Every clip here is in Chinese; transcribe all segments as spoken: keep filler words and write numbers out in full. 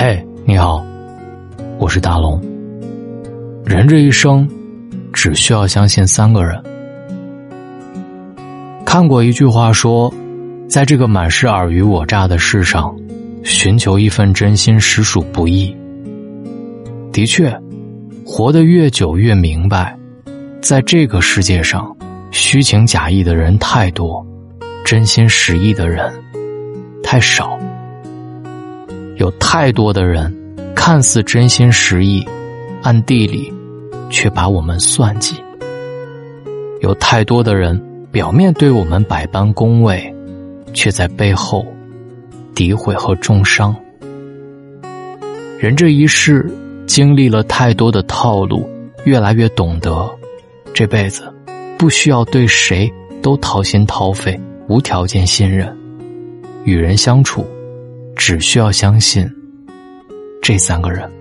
嘿，你好，我是大龙。人这一生只需要相信三个人。看过一句话说，在这个满是尔虞我诈的世上，寻求一份真心实属不易。的确，活得越久越明白，在这个世界上，虚情假意的人太多，真心实意的人太少。有太多的人看似真心实意，暗地里却把我们算计。有太多的人表面对我们百般恭维，却在背后诋毁和重伤。人这一世经历了太多的套路，越来越懂得这辈子不需要对谁都掏心掏肺，无条件信任。与人相处只需要相信这三个人。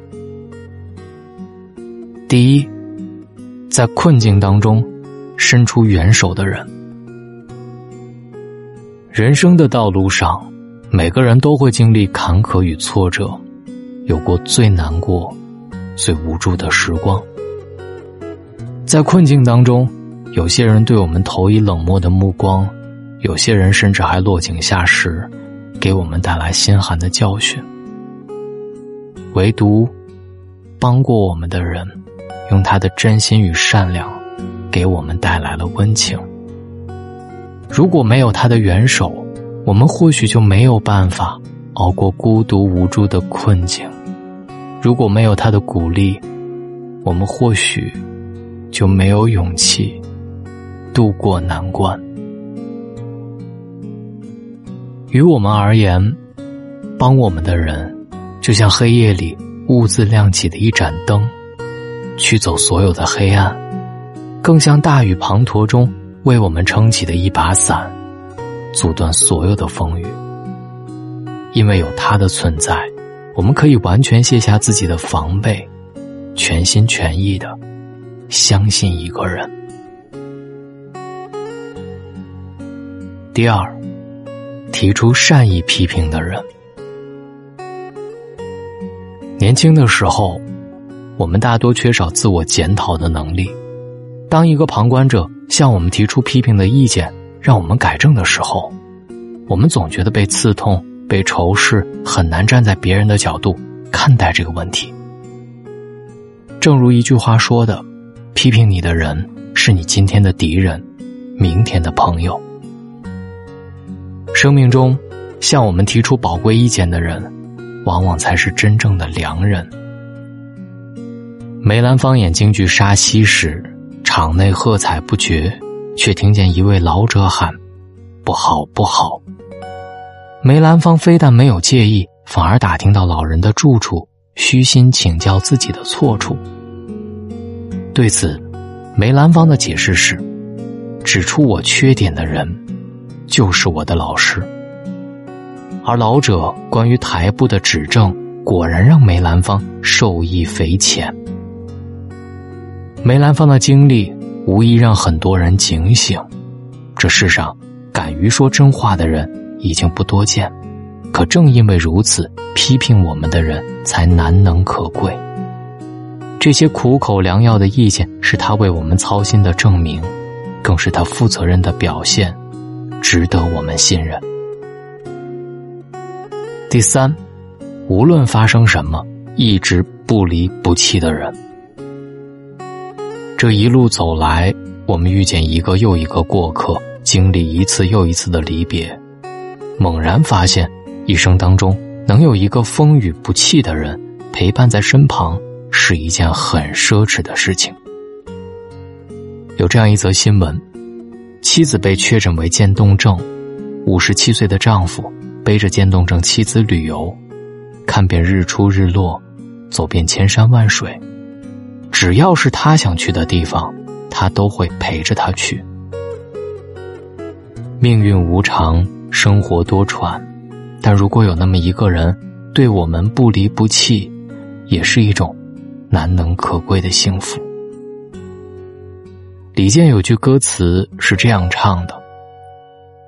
第一，在困境当中伸出援手的人。人生的道路上，每个人都会经历坎坷与挫折，有过最难过最无助的时光。在困境当中，有些人对我们投以冷漠的目光，有些人甚至还落井下石，给我们带来心寒的教训。唯独帮过我们的人，用他的真心与善良给我们带来了温情。如果没有他的援手，我们或许就没有办法熬过孤独无助的困境。如果没有他的鼓励，我们或许就没有勇气度过难关。于我们而言，帮我们的人就像黑夜里兀自亮起的一盏灯，驱走所有的黑暗，更像大雨滂沱中为我们撑起的一把伞，阻断所有的风雨。因为有他的存在，我们可以完全卸下自己的防备，全心全意地相信一个人。第二，提出善意批评的人。年轻的时候，我们大多缺少自我检讨的能力。当一个旁观者向我们提出批评的意见，让我们改正的时候，我们总觉得被刺痛，被仇视，很难站在别人的角度看待这个问题。正如一句话说的，批评你的人是你今天的敌人，明天的朋友。生命中向我们提出宝贵意见的人，往往才是真正的良人。梅兰芳演京剧《沙溪》时，场内喝彩不绝，却听见一位老者喊不好不好。梅兰芳非但没有介意，反而打听到老人的住处，虚心请教自己的错处。对此，梅兰芳的解释是，指出我缺点的人就是我的老师。而老者关于台步的指正，果然让梅兰芳受益匪浅。梅兰芳的经历无疑让很多人警醒，这世上敢于说真话的人已经不多见，可正因为如此，批评我们的人才难能可贵。这些苦口良药的意见是他为我们操心的证明，更是他负责任的表现，值得我们信任。第三，无论发生什么，一直不离不弃的人。这一路走来，我们遇见一个又一个过客，经历一次又一次的离别，猛然发现一生当中能有一个风雨不弃的人陪伴在身旁，是一件很奢侈的事情。有这样一则新闻，妻子被确诊为渐冻症，五十七岁的丈夫背着渐冻症妻子旅游，看遍日出日落，走遍千山万水，只要是他想去的地方，他都会陪着他去。命运无常，生活多舛，但如果有那么一个人对我们不离不弃，也是一种难能可贵的幸福。李健有句歌词是这样唱的：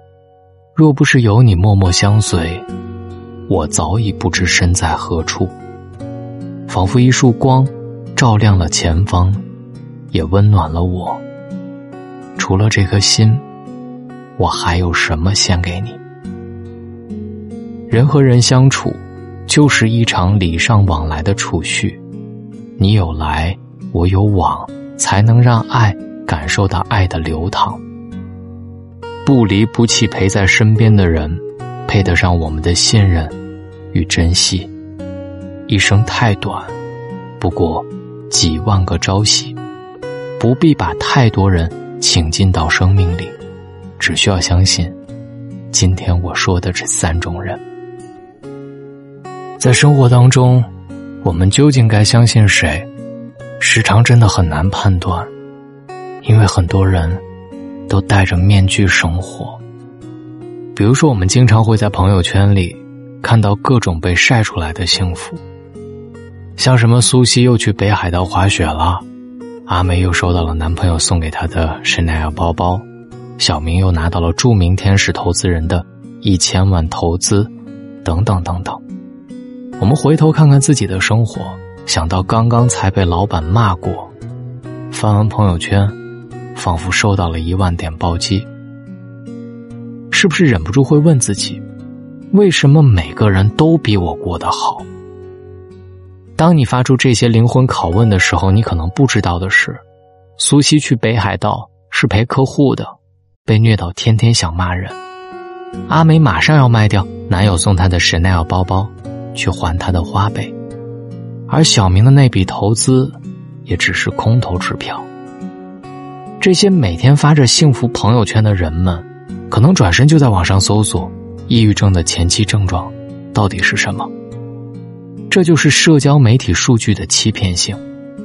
若不是有你默默相随，我早已不知身在何处。 仿佛一束光，照亮了前方，也温暖了我。除了这颗心，我还有什么献给你？人和人相处，就是一场礼尚往来的储蓄。你有来，我有往，才能让爱感受到爱的流淌。不离不弃陪在身边的人，配得上我们的信任与珍惜。一生太短，不过几万个朝夕，不必把太多人请进到生命里，只需要相信今天我说的这三种人。在生活当中，我们究竟该相信谁？时常真的很难判断，因为很多人都戴着面具生活。比如说，我们经常会在朋友圈里看到各种被晒出来的幸福，像什么苏西又去北海道滑雪了，阿梅又收到了男朋友送给她的 Chanel 包包，小明又拿到了著名天使投资人的一千万投资，等等等等。我们回头看看自己的生活，想到刚刚才被老板骂过，翻完朋友圈，仿佛收到了一万点暴击。是不是忍不住会问自己，为什么每个人都比我过得好？当你发出这些灵魂拷问的时候，你可能不知道的是，苏西去北海道是陪客户的，被虐到天天想骂人。阿梅马上要卖掉男友送她的 Chanel 包包，去还她的花呗。而小明的那笔投资也只是空头支票。这些每天发着幸福朋友圈的人们，可能转身就在网上搜索抑郁症的前期症状到底是什么。这就是社交媒体数据的欺骗性。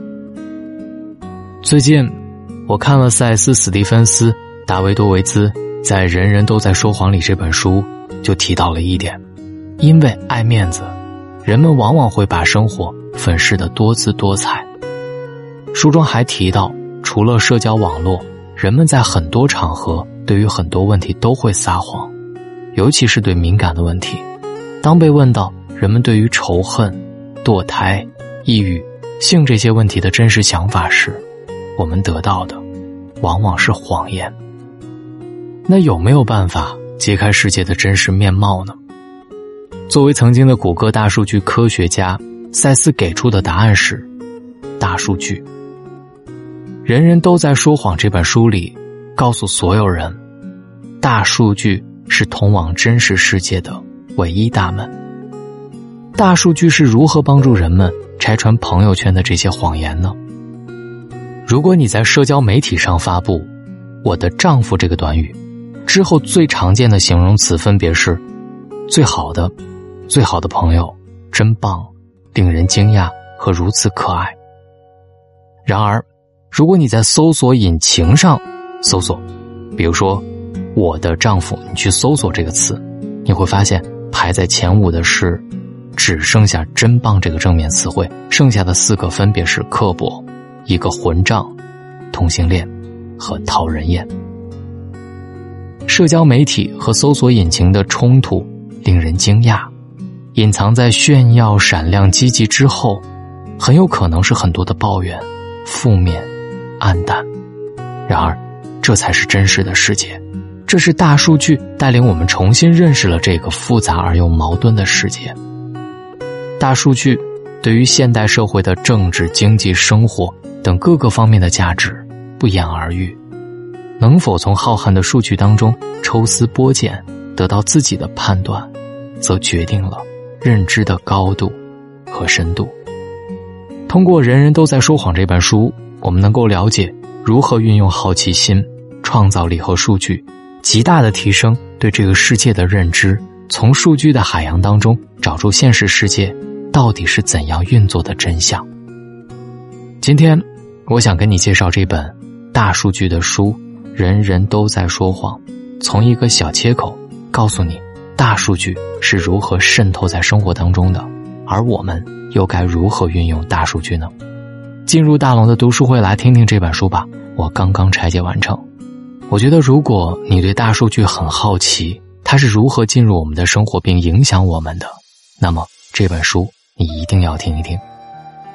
最近我看了塞斯·史蒂芬斯·达维多维兹在《人人都在说谎》里这本书，就提到了一点，因为爱面子，人们往往会把生活粉饰得多姿多彩。书中还提到，除了社交网络，人们在很多场合对于很多问题都会撒谎，尤其是对敏感的问题。当被问到人们对于仇恨、堕胎、抑郁、性这些问题的真实想法时，我们得到的往往是谎言。那有没有办法揭开世界的真实面貌呢？作为曾经的谷歌大数据科学家，塞斯给出的答案是大数据。人人都在说谎这本书里告诉所有人，大数据是通往真实世界的唯一大门。大数据是如何帮助人们拆穿朋友圈的这些谎言呢？如果你在社交媒体上发布我的丈夫这个短语之后，最常见的形容词分别是最好的、最好的朋友、真棒、令人惊讶和如此可爱。然而如果你在搜索引擎上搜索，比如说我的丈夫，你去搜索这个词，你会发现排在前五的是只剩下真棒这个正面词汇，剩下的四个分别是刻薄、一个混账、同性恋和讨人厌。社交媒体和搜索引擎的冲突令人惊讶，隐藏在炫耀、闪亮、积极之后，很有可能是很多的抱怨、负面、暗淡。然而这才是真实的世界，这是大数据带领我们重新认识了这个复杂而又矛盾的世界。大数据对于现代社会的政治、经济、生活等各个方面的价值不言而喻，能否从浩瀚的数据当中抽丝剥茧，得到自己的判断，则决定了认知的高度和深度。通过《人人都在说谎》这本书，我们能够了解如何运用好奇心、创造力和数据，极大地提升对这个世界的认知，从数据的海洋当中找出现实世界到底是怎样运作的真相。今天我想跟你介绍这本大数据的书《人人都在说谎》，从一个小切口告诉你大数据是如何渗透在生活当中的，而我们又该如何运用大数据呢？进入大龙的读书会来听听这本书吧，我刚刚拆解完成。我觉得如果你对大数据很好奇，它是如何进入我们的生活并影响我们的，那么这本书你一定要听一听。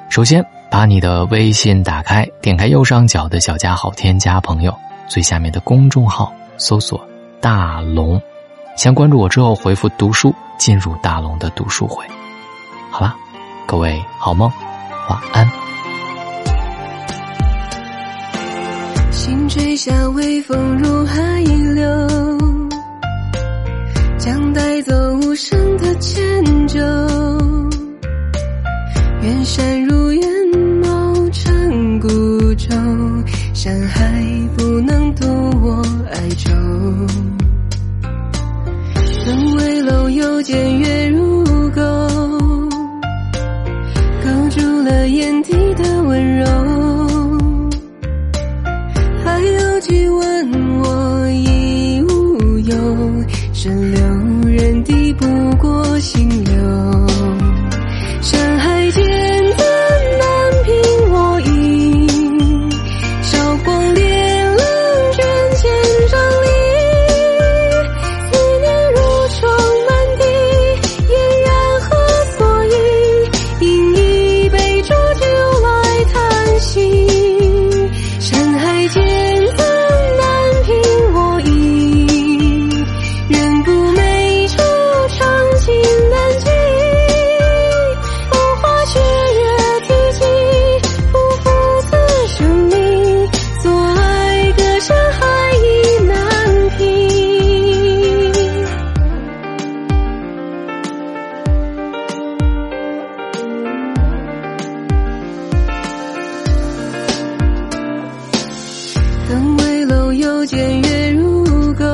首先把你的微信打开，点开右上角的小加号，添加朋友，最下面的公众号搜索大龙，先关注我之后回复读书，进入大龙的读书会。好啦，各位好梦，晚安。 心吹下微风如海流，将带走无声的迁就。远山如远貌成孤舟，山海不能渡我哀愁。灯微楼又见月如钩，勾住了眼底的温柔。还有几问我已无忧，顺流人敌不过心流。山海间怎难平我意，韶光恋冷卷千丈里。思念如霜满地，嫣然何所以？饮一杯浊酒来叹息。山海间怎难平我意，人不美惆怅情难寄。灯微楼又见月如钩，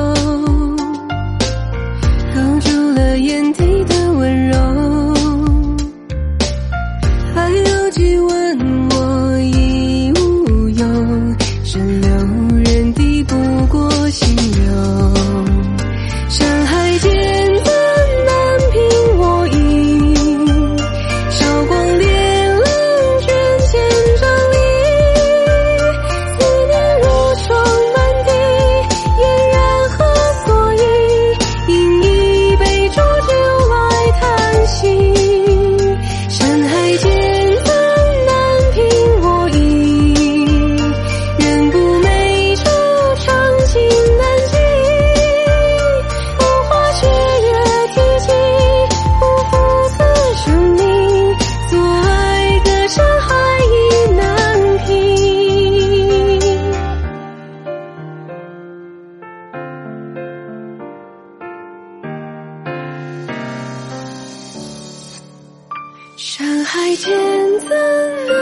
勾住了眼底的温柔。还有几问我已无忧，顺流人敌不过心流。山海间怎难平我意，韶光恋冷卷千丈里。思念如霜满地，嫣然何所以？饮一杯浊酒来叹息。山海间怎难平我意，人不美惆怅情难寄。风花雪月提起，不负此生命。所爱隔山海意难平。山海间怎